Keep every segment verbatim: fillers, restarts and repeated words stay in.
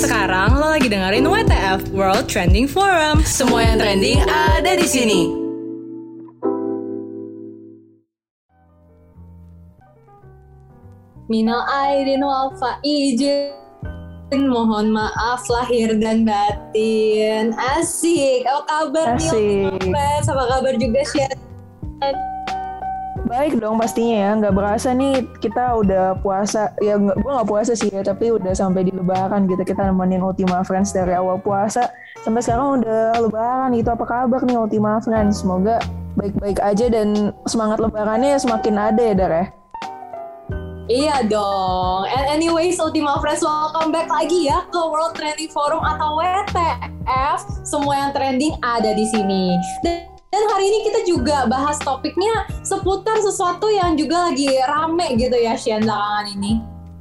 Sekarang lo lagi dengerin W T F World Trending Forum. Semua yang trending ada di sini. Minal aidin wal faizin, mohon maaf lahir dan batin. Asik. Apa kabar nih? Apa kabar juga Shen? Baik dong pastinya ya, nggak berasa nih kita udah puasa, ya gue nggak puasa sih ya, tapi udah sampai di lebaran gitu, kita nemenin Ultima Friends dari awal puasa sampai sekarang udah lebaran gitu. Apa kabar nih Ultima Friends? Semoga baik-baik aja dan semangat lebarannya semakin ada ya Dar ya. Iya dong. And anyways, Ultima Friends, welcome back lagi ya ke World Trending Forum atau W T F. Semua yang trending ada di sini. Dan Dan hari ini kita juga bahas topiknya seputar sesuatu yang juga lagi rame gitu ya Shen belakangan ini.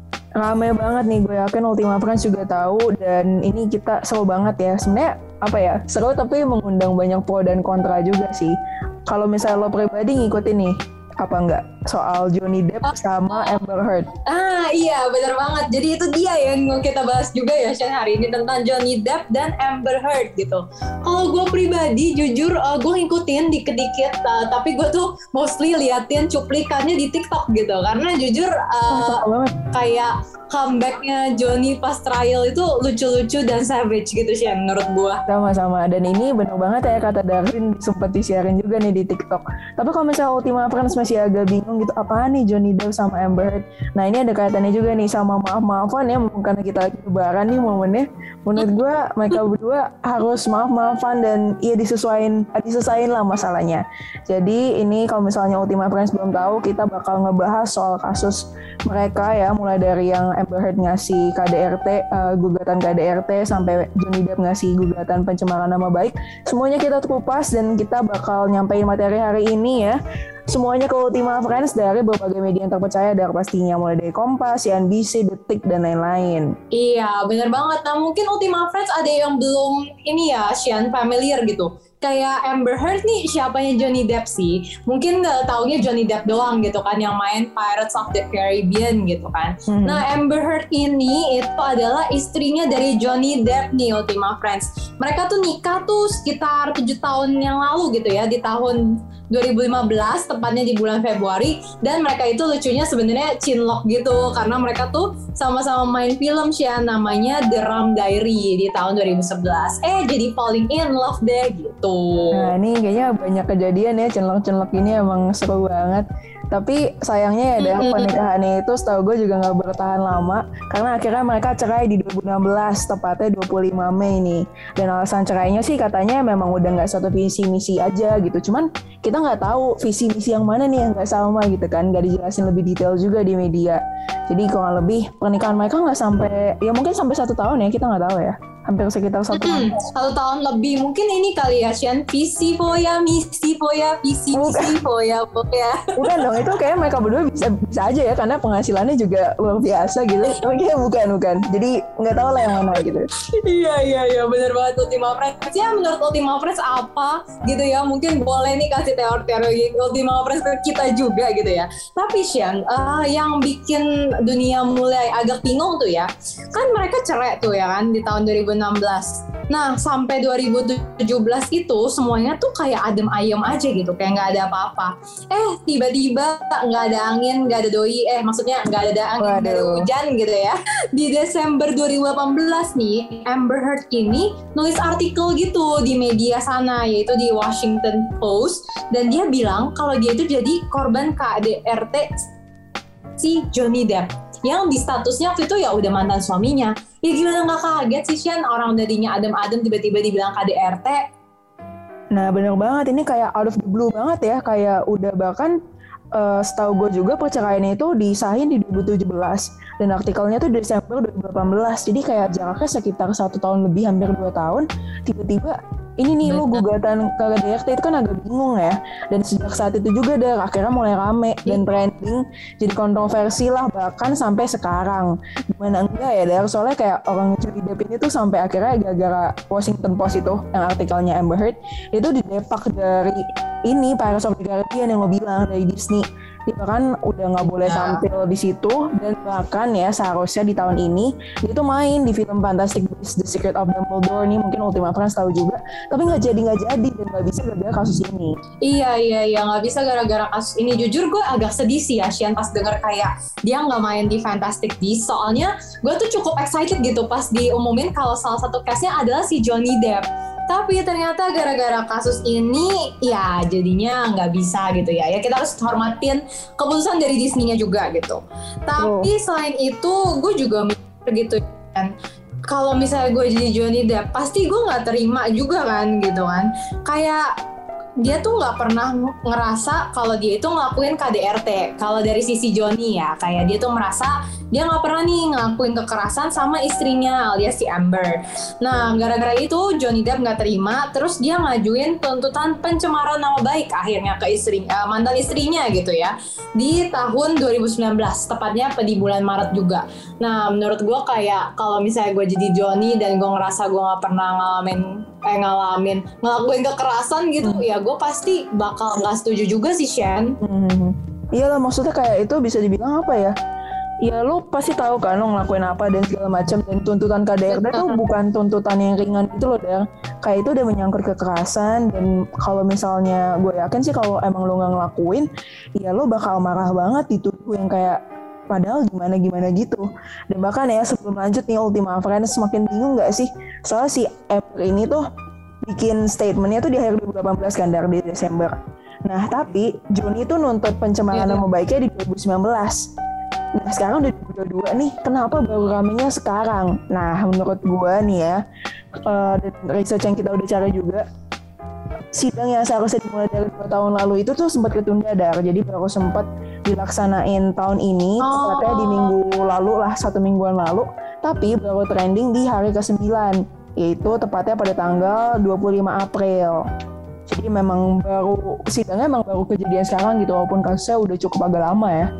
Rame banget nih, gue yakin Ultima Friends juga tahu, dan ini kita seru banget ya. Sebenarnya apa ya, seru tapi mengundang banyak pro dan kontra juga sih. Kalau misalnya lo pribadi ngikutin nih, apa enggak soal Johnny Depp sama Amber Heard? Ah iya benar banget. Jadi itu dia yang mau kita bahas juga ya Shen hari ini, tentang Johnny Depp dan Amber Heard gitu. Kalau gue pribadi jujur uh, gue ngikutin dikit-dikit, uh, tapi gue tuh mostly liatin cuplikannya di TikTok gitu, karena jujur uh, oh, kayak comebacknya Johnny pas trial itu lucu-lucu dan savage gitu Shen menurut gue. Sama-sama, dan ini bener banget ya kata Darin, sempat di-sharein juga nih di TikTok. Tapi kalau misalnya Ultima Friends masih agak bingung gitu, apaan nih Johnny Depp sama Amber Heard? Nah ini ada kaitannya juga nih sama maaf-maafan ya, karena kita lagi lebaran nih momennya. Menurut gue mereka berdua harus maaf-maafan dan ya disesuaiin, disesuaiin lah masalahnya. Jadi ini kalau misalnya Ultima Friends belum tahu, kita bakal ngebahas soal kasus mereka ya, mulai dari yang Amber Heard ngasih K D R T, uh, gugatan K D R T, sampai Johnny Depp ngasih gugatan pencemaran nama baik. Semuanya kita kupas dan kita bakal nyampein materi hari ini ya. Semuanya ke Ultima Friends dari berbagai media yang terpercaya, dari pastinya mulai dari Kompas, C N B C, Detik, dan lain-lain. Iya, bener banget. Nah, mungkin Ultima Friends ada yang belum ini ya, Sian, familiar gitu. Kayak Amber Heard nih, siapanya Johnny Depp sih? Mungkin uh, taunya Johnny Depp doang gitu kan, yang main Pirates of the Caribbean gitu kan. Hmm. Nah, Amber Heard ini itu adalah istrinya dari Johnny Depp nih, Ultima Friends. Mereka tuh nikah tuh sekitar tujuh tahun yang lalu gitu ya, di tahun dua ribu lima belas, tepatnya di bulan Februari. Dan mereka itu lucunya sebenarnya cinlok gitu, karena mereka tuh sama-sama main film sih ya, namanya The Rum Diary di tahun dua ribu sebelas. Eh, jadi falling in love deh gitu. Nah ini kayaknya banyak kejadian ya, cinlok-cinlok ini emang seru banget. Tapi sayangnya ya dan mm-hmm. pernikahannya itu setahu gue juga gak bertahan lama, karena akhirnya mereka cerai di dua ribu enam belas, tepatnya dua puluh lima Mei nih. Dan alasan cerainya sih katanya memang udah gak satu visi misi aja gitu. Cuman kita gak tahu visi misi yang mana nih yang gak sama gitu kan, gak dijelasin lebih detail juga di media. Jadi kurang lebih pernikahan mereka gak sampai, ya mungkin sampai satu tahun ya, kita gak tahu ya. Hampir sekitar satu hmm, tahun. Satu tahun lebih. Mungkin ini kali ya, Sian. Visi foya, misi foya, visi misi foya, foya. Bukan dong, itu kayak mereka berdua bisa bisa aja ya, karena penghasilannya juga luar biasa gitu. Oke, bukan, bukan. Jadi nggak tahu lah yang mana gitu. Iya, iya, iya. Benar banget Ultima Friends. Ya, menurut Ultima Friends apa gitu ya. Mungkin boleh nih kasih teori-teori Ultima Friends ke kita juga gitu ya. Tapi Sian, uh, yang bikin dunia mulai agak bingung tuh ya. Kan mereka cerai tuh ya kan di tahun dua ribu enam belas. Nah, sampai dua ribu tujuh belas itu semuanya tuh kayak adem ayem aja gitu, kayak nggak ada apa-apa. Eh, tiba-tiba nggak ada angin, nggak ada doi, eh maksudnya nggak ada angin, nggak ada hujan gitu ya. Di Desember dua ribu delapan belas nih, Amber Heard ini nulis artikel gitu di media sana, yaitu di Washington Post, dan dia bilang kalau dia itu jadi korban K D R T si Johnny Depp, yang di statusnya waktu itu ya udah mantan suaminya. Ya gimana gak kaget sih Sian, orang darinya adem-adem tiba-tiba dibilang K D R T. Nah bener banget, ini kayak out of the blue banget ya, kayak udah bahkan uh, setahu gue juga perceraiannya itu disahin di dua ribu tujuh belas dan artikelnya tuh Desember dua ribu delapan belas, jadi kayak jaraknya sekitar satu tahun lebih, hampir dua tahun. Tiba-tiba ini nih lu gugatan ke K D R T itu kan agak bingung ya. Dan sejak saat itu juga deh akhirnya mulai rame dan trending, jadi kontroversi lah bahkan sampai sekarang. Gimana enggak ya Dar, soalnya kayak orang Johnny Depp ini tuh sampai akhirnya gara-gara Washington Post itu yang artikelnya Amber Heard itu didepak dari ini Pirates of the Caribbean yang lo bilang dari Disney. dia bahkan udah nggak boleh Ya. tampil di situ, dan bahkan ya seharusnya di tahun ini dia tuh main di film Fantastic Beasts The Secret of Dumbledore nih, mungkin Ultima Friends tahu juga, tapi nggak jadi nggak jadi dan nggak bisa gara-gara kasus ini. Iya iya iya nggak bisa gara-gara kasus ini. Jujur gue agak sedih sih ya Shian pas denger kayak dia nggak main di Fantastic Beasts. Soalnya gue tuh cukup excited gitu pas diumumin kalau salah satu castnya adalah si Johnny Depp. Tapi ternyata gara-gara kasus ini ya jadinya nggak bisa gitu ya. Ya kita harus hormatin keputusan dari Disney-nya juga gitu. Tapi oh. selain itu gue juga mikir gitu kan. Kalau misalnya gue jadi Johnny Depp, pasti gue nggak terima juga kan gitu kan. Kayak dia tuh nggak pernah ngerasa kalau dia itu ngelakuin K D R T. Kalau dari sisi Johnny ya, kayak dia tuh merasa dia nggak pernah nih ngelakuin kekerasan sama istrinya alias si Amber. Nah, gara-gara itu Johnny Depp nggak terima, terus dia ngajuin tuntutan pencemaran nama baik akhirnya ke istri, uh, mantan istrinya gitu ya, di tahun dua ribu sembilan belas, tepatnya di bulan Maret juga. Nah, menurut gue kayak kalau misalnya gue jadi Johnny dan gue ngerasa gue nggak pernah ngalamin eh ngalamin ngelakuin kekerasan gitu, hmm. ya gue pasti bakal nggak setuju juga sih Shen. Hmm. Iyalah, maksudnya kayak itu bisa dibilang apa ya? Ya lo pasti tahu kan lo ngelakuin apa dan segala macam, dan tuntutan K D R T itu bukan tuntutan yang ringan gitu loh, Del. Kayak itu udah menyangkut kekerasan, dan kalau misalnya gue yakin sih kalau emang lo nggak ngelakuin, ya lo bakal marah banget dituduh yang kayak padahal gimana-gimana gitu. Dan bahkan ya sebelum lanjut nih Ultima Friends, semakin bingung nggak sih? Soalnya si Amber ini tuh bikin statementnya tuh di akhir dua ribu delapan belas kan, dari Desember. Nah tapi Johnny tuh nuntut pencemaran nama baiknya di dua ribu sembilan belas. Nah sekarang udah dua ribu dua puluh dua nih, kenapa baru ramenya sekarang? Nah menurut gue nih ya, uh, research yang kita udah cari juga, sidang yang seharusnya dimulai dari dua tahun lalu itu tuh sempat ketunda dar, jadi baru sempat dilaksanain tahun ini, tepatnya di minggu lalu lah, satu mingguan lalu, tapi baru trending di hari kesembilan, yaitu tepatnya pada tanggal dua puluh lima April. Jadi memang baru, sidangnya memang baru kejadian sekarang gitu, walaupun kasusnya udah cukup agak lama ya.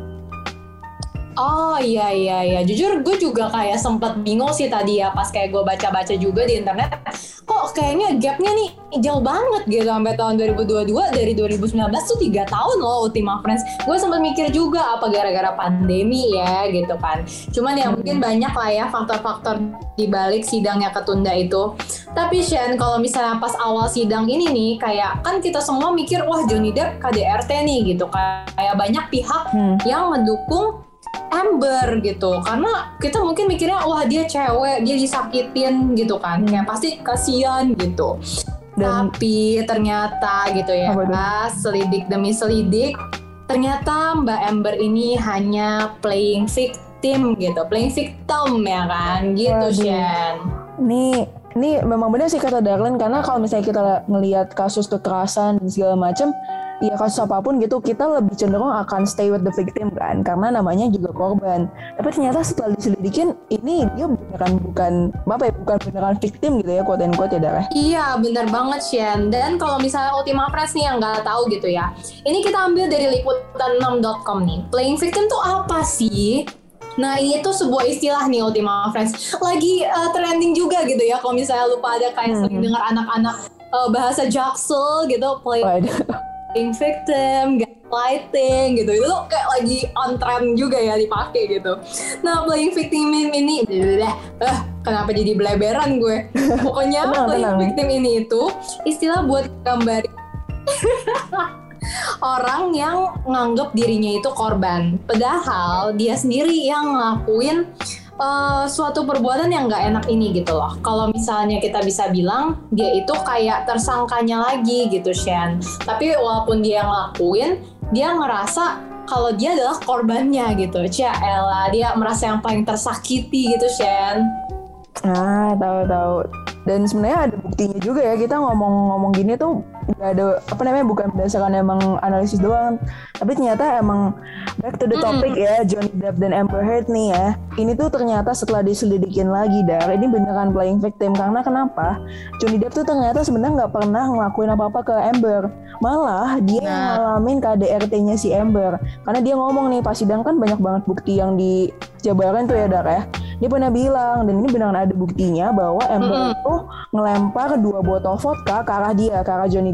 Oh iya iya iya, jujur gue juga kayak sempat bingung sih tadi ya pas kayak gue baca-baca juga di internet, kok kayaknya gapnya nih jauh banget gitu sampai tahun dua ribu dua puluh dua, dari dua ribu sembilan belas tuh tiga tahun loh Ultima Friends. Gue sempat mikir juga apa gara-gara pandemi ya gitu kan. Cuman ya mungkin banyak lah ya faktor-faktor di balik sidangnya ketunda itu. Tapi Shen, kalau misalnya pas awal sidang ini nih, kayak kan kita semua mikir wah Johnny Depp K D R T nih gitu, kayak banyak pihak hmm. yang mendukung Amber gitu, karena kita mungkin mikirnya wah dia cewek, dia disakitin gitu kan, kayak pasti kasihan gitu. Dan tapi ternyata gitu ya, selidik demi selidik, ternyata Mbak Amber ini hanya playing victim gitu, playing victim ya kan, gitu Shen. Nih, ini memang benar sih kata Darlene, karena kalau misalnya kita ngelihat kasus kekerasan dan segala macam, ya kasus apapun gitu, kita lebih cenderung akan stay with the victim kan, karena namanya juga korban. Tapi ternyata setelah diselidikin, ini dia beneran bukan apa ya, bukan beneran victim gitu ya, quote and quote ya Darah. Iya bener banget Shen. Dan kalau misalnya Ultima Friends nih yang nggak tahu gitu ya, ini kita ambil dari liputan enam dot com nih. Playing victim tuh apa sih? Nah ini tuh sebuah istilah nih Ultima Friends, lagi uh, trending juga gitu ya. Kalau misalnya lupa ada kayak hmm. sering dengar anak-anak uh, bahasa Jaksel gitu, play playing victim, gaslighting gitu, itu tuh kayak lagi on trend juga ya dipakai gitu. Nah playing victim ini, eh kenapa jadi beleberan gue? Pokoknya tenang, playing tenang. victim ini itu istilah buat gambarin orang yang nganggep dirinya itu korban, padahal dia sendiri yang ngelakuin Uh, suatu perbuatan yang nggak enak ini gitu loh. Kalau misalnya kita bisa bilang dia itu kayak tersangkanya lagi gitu Shen. Tapi walaupun dia ngelakuin, dia ngerasa kalau dia adalah korbannya gitu. Cia elah, dia merasa yang paling tersakiti gitu Shen. Ah, tahu-tahu. Dan sebenarnya ada buktinya juga ya, kita ngomong-ngomong gini tuh nggak ada apa namanya, bukan berdasarkan emang analisis doang, tapi ternyata emang back to the topic mm. ya, Johnny Depp dan Amber Heard nih ya, ini tuh ternyata setelah diselidikin lagi Dar, ini beneran playing victim. Karena kenapa? Johnny Depp tuh ternyata sebenarnya nggak pernah ngelakuin apa-apa ke Amber, malah dia nah. ngalamin K D R T-nya si Amber. Karena dia ngomong nih pas sidang kan banyak banget bukti yang dijabarin tuh ya Dar ya. Dia pernah bilang, dan ini beneran ada buktinya, bahwa Amber mm-hmm. itu ngelempar dua botol vodka ke arah dia, ke arah Johnny Depp.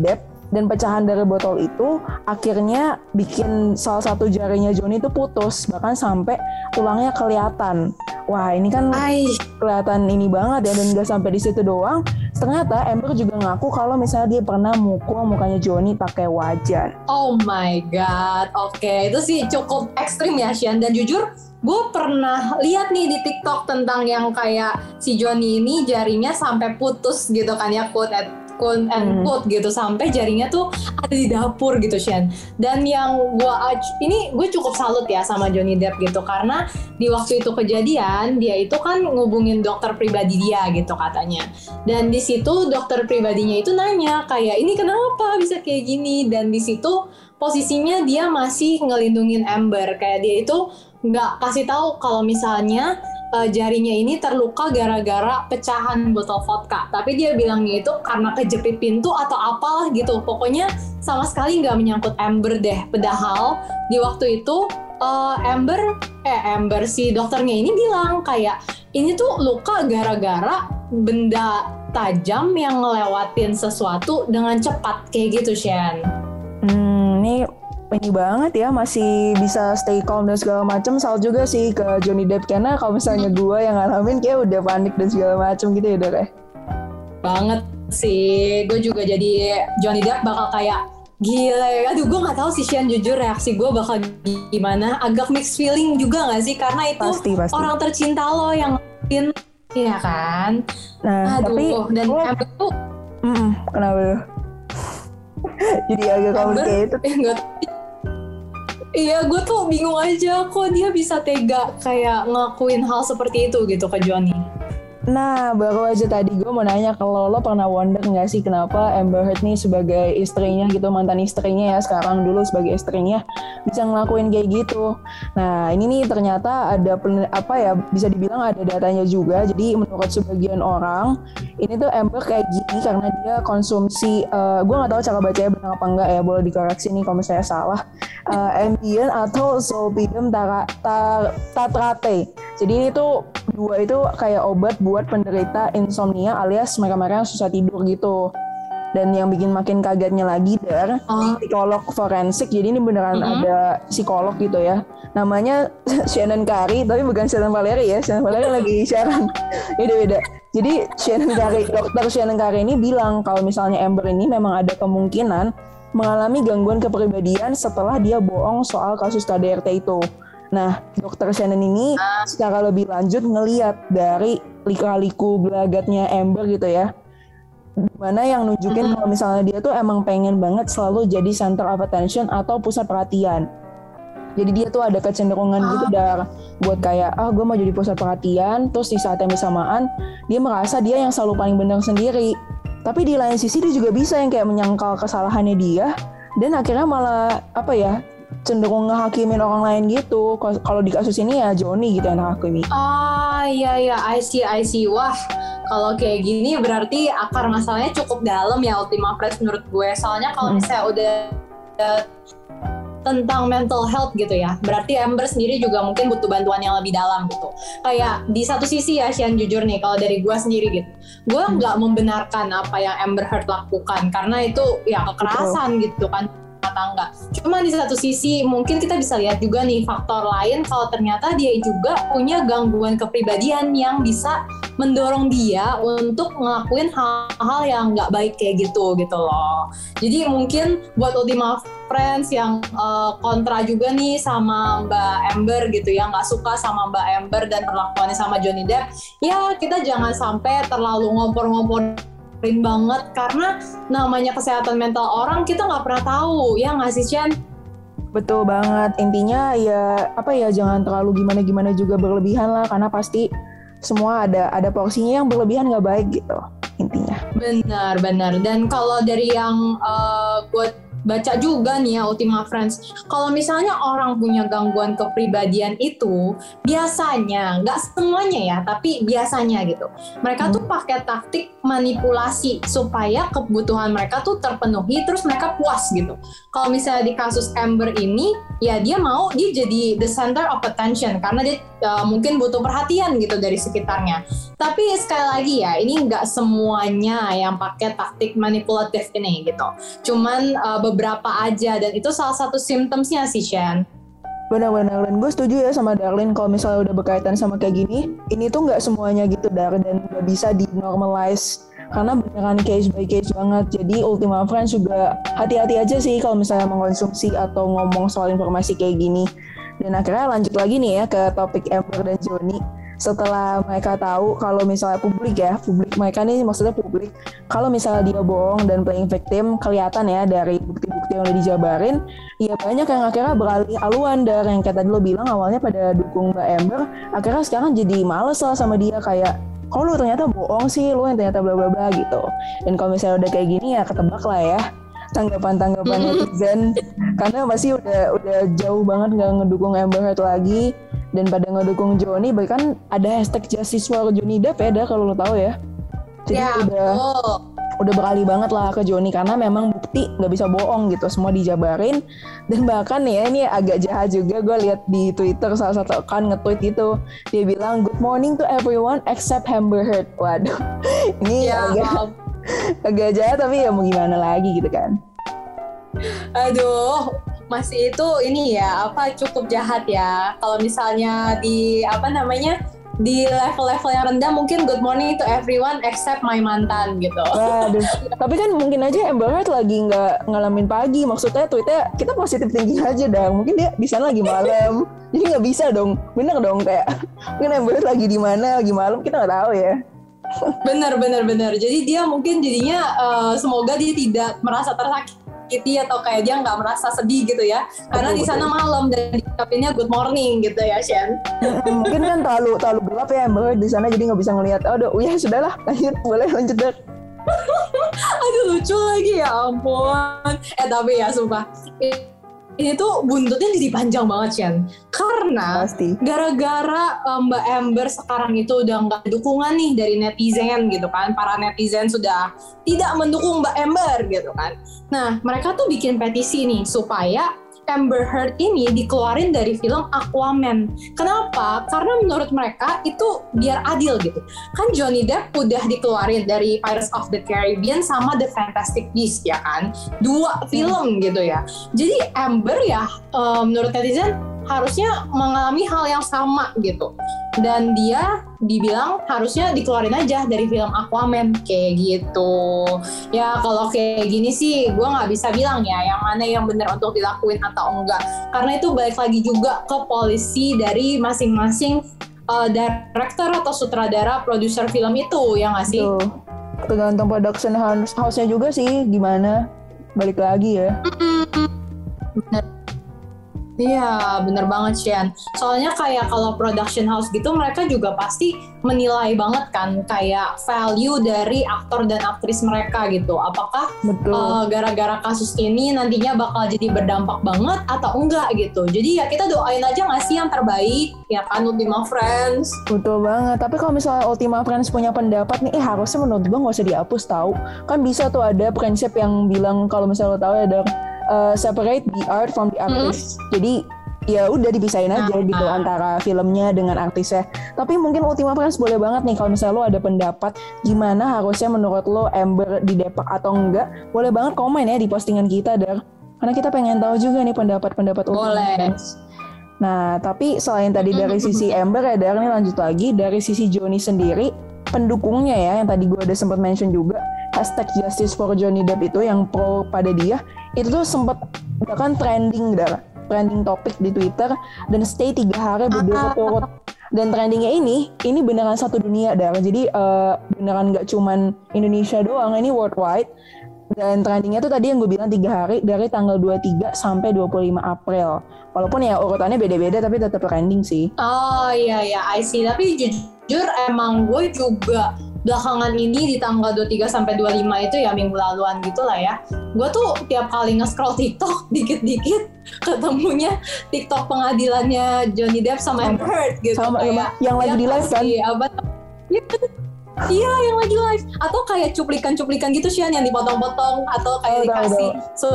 Dan pecahan dari botol itu akhirnya bikin salah satu jarinya Johnny itu putus, bahkan sampai tulangnya kelihatan. Wah, ini kan Ay. kelihatan ini banget ya. Dan gak sampai di situ doang, ternyata Amber juga ngaku kalau misalnya dia pernah mukul mukanya Johnny pakai wajan. Oh my god, oke, okay. Itu sih cukup ekstrim ya Sian. Dan jujur gue pernah lihat nih di TikTok tentang yang kayak si Johnny ini jarinya sampai putus gitu kan ya, quote at quote and quote hmm. gitu, sampai jarinya tuh ada di dapur gitu Shen. Dan yang gue ini gue cukup salut ya sama Johnny Depp gitu, karena di waktu itu kejadian dia itu kan ngubungin dokter pribadi dia gitu katanya. Dan di situ dokter pribadinya itu nanya kayak ini kenapa bisa kayak gini, dan di situ posisinya dia masih ngelindungin Amber, kayak dia itu nggak kasih tahu kalau misalnya uh, jarinya ini terluka gara-gara pecahan botol vodka, tapi dia bilangnya itu karena kejepit pintu atau apalah gitu. Pokoknya sama sekali nggak menyangkut Amber deh. Padahal di waktu itu uh, Amber eh Amber si dokternya ini bilang kayak ini tuh luka gara-gara benda tajam yang ngelewatin sesuatu dengan cepat kayak gitu Shen. Hmm, ini ini banget ya, masih bisa stay calm dan segala macam. Salut juga sih ke Johnny Depp, karena kalau misalnya gue yang ngalamin kayak udah panik dan segala macam gitu ya Dok ya. Banget sih, gue juga jadi Johnny Depp bakal kayak gila. Aduh, gue nggak tahu sih Sian, jujur reaksi gue bakal gimana. Agak mixed feeling juga nggak sih, karena itu pasti, pasti. orang tercinta lo yang ngelakuin, ya kan. Nah, aduh, tapi dan lo, Amber tuh mm, kenapa lo? Jadi agak complicated. Enggak. Iya, gue tuh bingung aja kok dia bisa tega kayak ngelakuin hal seperti itu gitu ke Johnny. Nah, baru aja tadi gue mau nanya kalau lo pernah wonder gak sih kenapa Amber Heard nih sebagai istrinya gitu, mantan istrinya ya, sekarang dulu sebagai istrinya, bisa ngelakuin kayak gitu. Nah, ini nih ternyata ada apa ya, bisa dibilang ada datanya juga. Jadi menurut sebagian orang, ini tuh Amber kayak gini karena dia konsumsi, uh, gue gak tahu cara bacanya benar apa enggak ya, boleh dikoreksi nih kalau misalnya salah, uh, Ambien atau Zolpidem tar- tar- Tartrate. Jadi ini tuh dua itu kayak obat buat penderita insomnia alias mereka-mereka yang susah tidur gitu. Dan yang bikin makin kagetnya lagi dari oh. psikolog forensik. Jadi ini beneran mm-hmm. ada psikolog gitu ya. Namanya Shannon Carey, tapi bukan Shannon Valery ya. Shannon Valery lagi siaran. Beda-beda. Jadi Shannon Carey, dokter Shannon Carey ini bilang kalau misalnya Amber ini memang ada kemungkinan mengalami gangguan kepribadian setelah dia bohong soal kasus K D R T itu. Nah, dokter Shannon ini secara lebih lanjut ngelihat dari lika-liku gelagatnya Amber gitu ya, mana yang nunjukin mm-hmm. kalau misalnya dia tuh emang pengen banget selalu jadi center of attention atau pusat perhatian. Jadi dia tuh ada kecenderungan ah. gitu dar buat kayak ah gue mau jadi pusat perhatian, terus di saat yang bersamaan dia merasa dia yang selalu paling benar sendiri. Tapi di lain sisi dia juga bisa yang kayak menyangkal kesalahannya dia dan akhirnya malah apa ya, cenderung ngehakimin orang lain gitu. Kalau di kasus ini ya Johnny gitu yang ngehakimi. Ah iya iya, I see I see. Wah, kalau kayak gini berarti akar masalahnya cukup dalam ya Ultima Friends menurut gue. Soalnya kalau hmm. misalnya udah uh, tentang mental health gitu ya, berarti Amber sendiri juga mungkin butuh bantuan yang lebih dalam gitu. Kayak di satu sisi ya Sian, jujur nih kalau dari gue sendiri gitu, gue nggak hmm. membenarkan apa yang Amber Heard lakukan karena itu ya kekerasan Betul. gitu kan tangga. Cuma di satu sisi mungkin kita bisa lihat juga nih faktor lain kalau ternyata dia juga punya gangguan kepribadian yang bisa mendorong dia untuk ngelakuin hal-hal yang nggak baik kayak gitu gitu loh. Jadi mungkin buat Ultima Friends yang uh, kontra juga nih sama Mbak Amber gitu ya, nggak suka sama Mbak Amber dan perlakuannya sama Johnny Depp, ya kita jangan sampai terlalu ngompor-ngompor banget karena namanya kesehatan mental orang kita nggak pernah tahu ya nggak sih Chan? Betul banget, intinya ya apa ya, jangan terlalu gimana-gimana juga berlebihan lah, karena pasti semua ada ada porsinya, yang berlebihan nggak baik gitu intinya. Benar benar. Dan kalau dari yang uh, gue baca juga nih ya Ultima Friends. Kalau misalnya orang punya gangguan kepribadian itu, biasanya, nggak semuanya ya, tapi biasanya gitu. Mereka tuh pakai taktik manipulasi supaya kebutuhan mereka tuh terpenuhi, terus mereka puas gitu. Kalau misalnya di kasus Amber ini, ya dia mau dia jadi the center of attention karena dia uh, mungkin butuh perhatian gitu dari sekitarnya. Tapi sekali lagi ya, ini nggak semuanya yang pakai taktik manipulatif ini gitu. Cuman uh, beberapa aja, dan itu salah satu symptomsnya sih, Shen. Benar-benar, dan gue setuju ya sama Darlin kalau misalnya udah berkaitan sama kayak gini, ini tuh nggak semuanya gitu Dar, dan nggak bisa di-normalize karena beneran case by case banget. Jadi Ultima Friends juga hati-hati aja sih kalau misalnya mengkonsumsi atau ngomong soal informasi kayak gini. Dan akhirnya lanjut lagi nih ya ke topik Amber dan Johnny. Setelah mereka tahu kalau misalnya publik ya, publik mereka nih maksudnya publik, kalau misalnya dia bohong dan playing victim, kelihatan ya dari bukti-bukti yang udah dijabarin, ya banyak yang akhirnya beralih haluan dari yang kayak tadi lo bilang awalnya pada dukung Mbak Amber, akhirnya sekarang jadi males lah sama dia, kayak kok lu ternyata bohong sih, lu yang ternyata bla bla bla gitu. Dan kalau misalnya udah kayak gini ya ketebak lah ya tanggapan-tanggapan netizen, karena masih udah udah jauh banget nggak ngedukung Amber Heard lagi dan pada ngedukung Johnny. Bahkan ada hashtag Justice for Johnny Depp ya, kalau lo tahu ya. Jadi ya, udah oh. udah beralih banget lah ke Johnny karena memang bukti nggak bisa bohong gitu, semua dijabarin. Dan bahkan nih ya, ini agak jahat juga, gue lihat di Twitter salah satu account nge-tweet gitu, dia bilang good morning to everyone except Amber Heard. Waduh, ini ya, agak agak jahat tapi ya mau gimana lagi gitu kan. Aduh, masih itu ini ya apa cukup jahat ya. Kalau misalnya di apa namanya di level-level yang rendah mungkin good morning to everyone except my mantan gitu. Waduh, tapi kan mungkin aja Amber Heard lagi nggak ngalamin pagi, maksudnya tweetnya kita positif thinking aja dong. Mungkin dia di sana lagi malam, jadi nggak bisa dong, bener dong kayak mungkin Amber Heard lagi di mana lagi malam kita nggak tahu ya. Bener bener bener. Jadi dia mungkin jadinya uh, semoga dia tidak merasa tersakiti atau kayak dia nggak merasa sedih gitu ya. Karena di sana malam dan dikapinnya good morning gitu ya, Shen. Mungkin kan terlalu terlalu gelap ya Amber di sana jadi nggak bisa ngelihat. Oh, udah, ya sudahlah, lanjut boleh lanjut deh. Aduh lucu lagi ya ampun. Eh tapi ya sumpah. Ini tuh buntutnya jadi panjang banget, Shen. Karena Pasti. gara-gara um, Mbak Amber sekarang itu udah nggak dukungan nih dari netizen gitu kan. Para netizen sudah tidak mendukung Mbak Amber gitu kan. Nah, mereka tuh bikin petisi nih supaya Amber Heard ini dikeluarin dari film Aquaman. Kenapa? Karena menurut mereka itu biar adil gitu. Kan Johnny Depp udah dikeluarin dari Pirates of the Caribbean sama The Fantastic Beasts ya kan. Dua film gitu ya. Jadi Amber ya um, menurut netizen harusnya mengalami hal yang sama gitu. Dan dia dibilang harusnya dikeluarin aja dari film Aquaman kayak gitu. Ya kalau kayak gini sih gue nggak bisa bilang ya yang mana yang benar untuk dilakuin atau enggak. Karena itu balik lagi juga ke polisi dari masing-masing uh, director atau sutradara produser film itu, ya nggak sih? Tuh, tergantung production house-nya juga sih gimana. Balik lagi ya. Bener. Iya, bener banget Shen. Soalnya kayak kalau production house gitu mereka juga pasti menilai banget kan kayak value dari aktor dan aktris mereka gitu. Apakah uh, gara-gara kasus ini nantinya bakal jadi berdampak banget atau enggak gitu. Jadi ya kita doain aja nggak sih yang terbaik ya kan Ultima Friends. Betul banget. Tapi kalau misalnya Ultima Friends punya pendapat nih, eh harusnya menurut gue nggak usah dihapus tahu. Kan bisa tuh ada prinsip yang bilang kalau misalnya lo tahu ya ada Uh, separate the art from the artist. Mm-hmm. Jadi ya udah dipisahin aja nah, gitu nah. antara filmnya dengan artisnya. Tapi mungkin Ultima Friends boleh banget nih kalau misalnya lo ada pendapat gimana harusnya menurut lo Amber didepak atau enggak, boleh banget komen ya di postingan kita Dar. Karena kita pengen tahu juga nih pendapat-pendapat Ultima Friends. Nah, tapi selain tadi dari sisi Amber ya Dar, nih lanjut lagi dari sisi Johnny sendiri, pendukungnya ya yang tadi gue udah sempat mention juga, hashtag Justice for Johnny Depp itu yang pro pada dia, itu tuh sempat bahkan trending Dar, trending topik di Twitter dan stay tiga hari berturut-turut. Dan trendingnya ini, ini beneran satu dunia Dar, jadi uh, beneran gak cuman Indonesia doang, ini worldwide. Dan trendingnya tuh tadi yang gue bilang tiga hari dari tanggal dua puluh tiga sampai dua puluh lima April. Walaupun ya urutannya beda-beda tapi tetap trending sih. Oh iya iya, I see. Tapi jujur emang gue juga belakangan ini di tanggal dua puluh tiga sampai dua puluh lima itu ya minggu laluan gitu lah ya. Gue tuh tiap kali nge-scroll TikTok dikit-dikit ketemunya TikTok pengadilannya Johnny Depp sama Amber Heard gitu. Sama kayak yang lagi di live kan? Apa, ya, iya yang lagi live. Atau kayak cuplikan-cuplikan gitu Sian yang dipotong-potong atau kayak oh, dikasih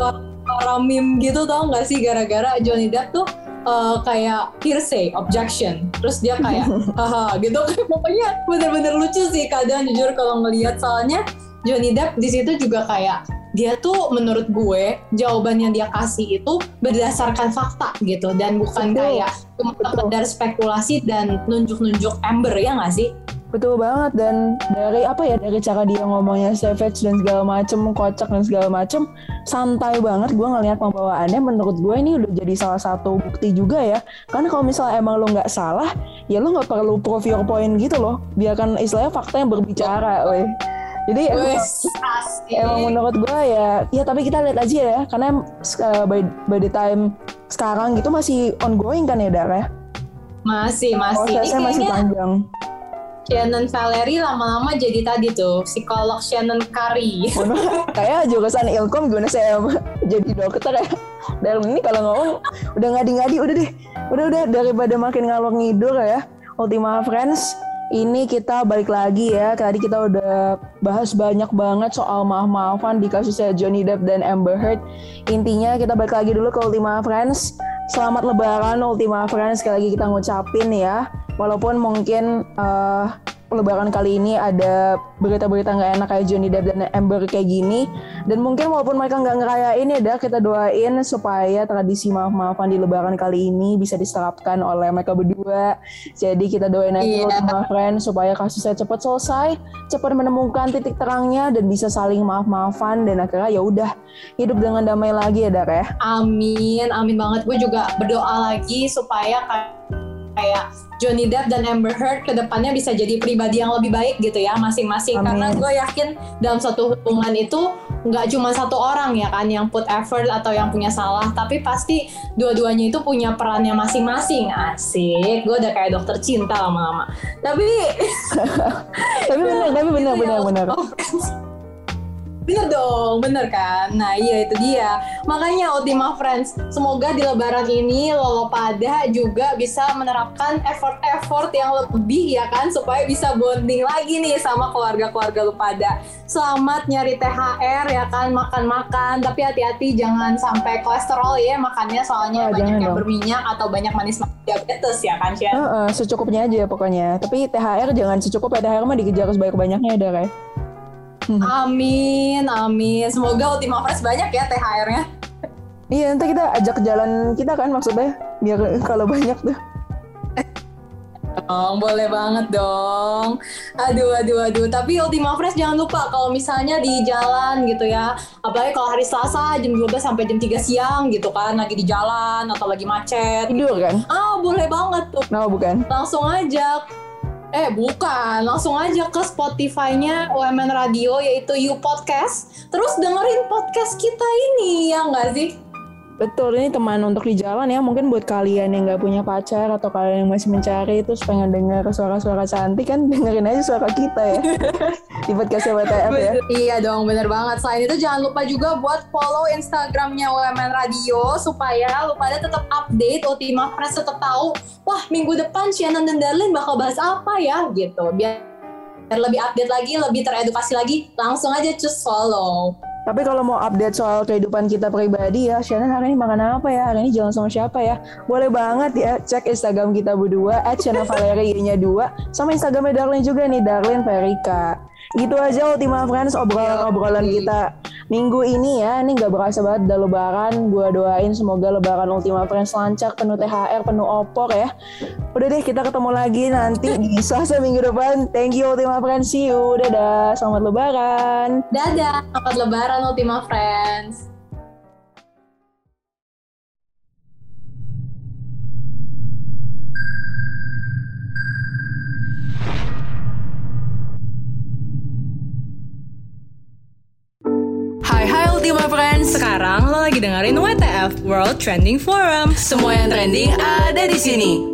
suara meme gitu tau gak sih gara-gara Johnny Depp tuh Uh, kayak hearsay, objection, terus dia kayak haha gitu, pokoknya bener-bener lucu sih kadang jujur kalau ngelihat, soalnya Johnny Depp di situ juga kayak dia tuh menurut gue jawaban yang dia kasih itu berdasarkan fakta gitu dan bukan betul, kayak cuma sekedar spekulasi dan nunjuk-nunjuk Amber, ya nggak sih? Betul banget, dan dari apa ya, dari cara dia ngomongnya savage dan segala macem, kocak dan segala macem, santai banget. Gue ngelihat pembawaannya, menurut gue ini udah jadi salah satu bukti juga ya. Karena kalau misalnya emang lo nggak salah, ya lo nggak perlu prove your point gitu loh. Biarkan istilahnya fakta yang berbicara, weh. Jadi emang, emang menurut gue ya, ya tapi kita lihat aja ya, karena uh, by, by the time sekarang gitu masih ongoing kan ya Dar ya? Masih, masih. Prosesnya masih panjang. Shannon Valerie lama-lama jadi tadi tuh psikolog Shannon Curry. Kayak jurusan ilkom gimana saya jadi dokter ya. Dan ini kalau ngomong udah ngadi-ngadi udah deh. Udah-udah daripada makin ngalor ngidul ya. Ultima Friends, ini kita balik lagi ya. Tadi kita udah bahas banyak banget soal maaf-maafan di kasusnya Johnny Depp dan Amber Heard. Intinya kita balik lagi dulu ke Ultima Friends. Selamat Lebaran Ultima Friends, sekali lagi kita ngucapin ya. Walaupun mungkin uh, Lebaran kali ini ada berita-berita nggak enak kayak Johnny Depp dan Amber kayak gini, dan mungkin walaupun mereka nggak ngerayain ya dah, kita doain supaya tradisi maaf-maafan di Lebaran kali ini bisa diterapkan oleh mereka berdua. Jadi kita doain aja Ultima Friends supaya kasusnya cepat selesai, cepat menemukan titik terangnya dan bisa saling maaf-maafan dan akhirnya ya udah hidup dengan damai lagi ya Dar ya. Amin, amin banget. Gue juga berdoa lagi supaya kayak Johnny Depp dan Amber Heard kedepannya bisa jadi pribadi yang lebih baik gitu ya masing-masing. Amin. Karena gue yakin dalam satu hubungan itu nggak cuma satu orang ya kan yang put effort atau yang punya salah, tapi pasti dua-duanya itu punya perannya masing-masing. Asik, gue udah kayak dokter cinta lama-lama. Tapi tapi benar, tapi benar, benar, benar. Bener dong, bener kan? Nah iya itu dia. Makanya Ultima Friends, semoga di Lebaran ini lo pada juga bisa menerapkan effort-effort yang lebih ya kan, supaya bisa bonding lagi nih sama keluarga-keluarga lo pada. Selamat nyari T H R ya kan, makan-makan, tapi hati-hati jangan sampai kolesterol ya makannya, soalnya oh, banyak yang dong. berminyak atau banyak manis-manis diabetes ya kan Shen? Uh, uh, secukupnya aja pokoknya. Tapi T H R jangan secukupnya, T H R mah dikejar sebanyak-banyaknya ya kayak. Amin, amin. Semoga Ultima Friends banyak ya T H R-nya. Iya, nanti kita ajak jalan kita kan maksudnya, biar kalau banyak tuh. Dong, boleh banget dong. Aduh, aduh, aduh. Tapi Ultima Friends jangan lupa kalau misalnya di jalan gitu ya, apalagi kalau hari Selasa jam dua belas sampai jam tiga siang gitu kan, lagi di jalan atau lagi macet. Tidur kan? Ah, boleh banget tuh. Nah, bukan? Langsung aja. Eh bukan, langsung aja ke Spotify-nya U M N Radio yaitu You Podcast. Terus dengerin podcast kita ini, ya nggak sih? Betul, ini teman untuk di jalan ya. Mungkin buat kalian yang nggak punya pacar atau kalian yang masih mencari terus pengen denger suara-suara cantik kan, dengerin aja suara kita ya di podcast W T F ya. Iya dong, bener banget. Selain itu jangan lupa juga buat follow Instagramnya U M N Radio supaya lu pada tetap update, Ultima Friends tetap tahu, wah minggu depan Shannon dan Darlene bakal bahas apa ya gitu. Biar lebih update lagi, lebih teredukasi lagi, langsung aja cus follow. Tapi kalau mau update soal kehidupan kita pribadi ya, Shannon hari ini makan apa ya, hari ini jalan sama siapa ya, boleh banget ya cek Instagram kita berdua at Shannon Valerie nya dua, sama Instagramnya Darlene juga nih, Darlene Verika. Gitu aja Ultima Friends obrolan-obrolan kita minggu ini ya. Ini gak berasa banget udah Lebaran. Gue doain semoga Lebaran Ultima Friends lancar, penuh T H R, penuh opor ya. Udah deh, kita ketemu lagi nanti di Selasa minggu depan. Thank you Ultima Friends, see you. Dadah, selamat Lebaran. Dadah, selamat Lebaran Ultima Friends. Ultima Friends, sekarang lo lagi dengerin W T F World Trending Forum. Semua yang trending ada di sini.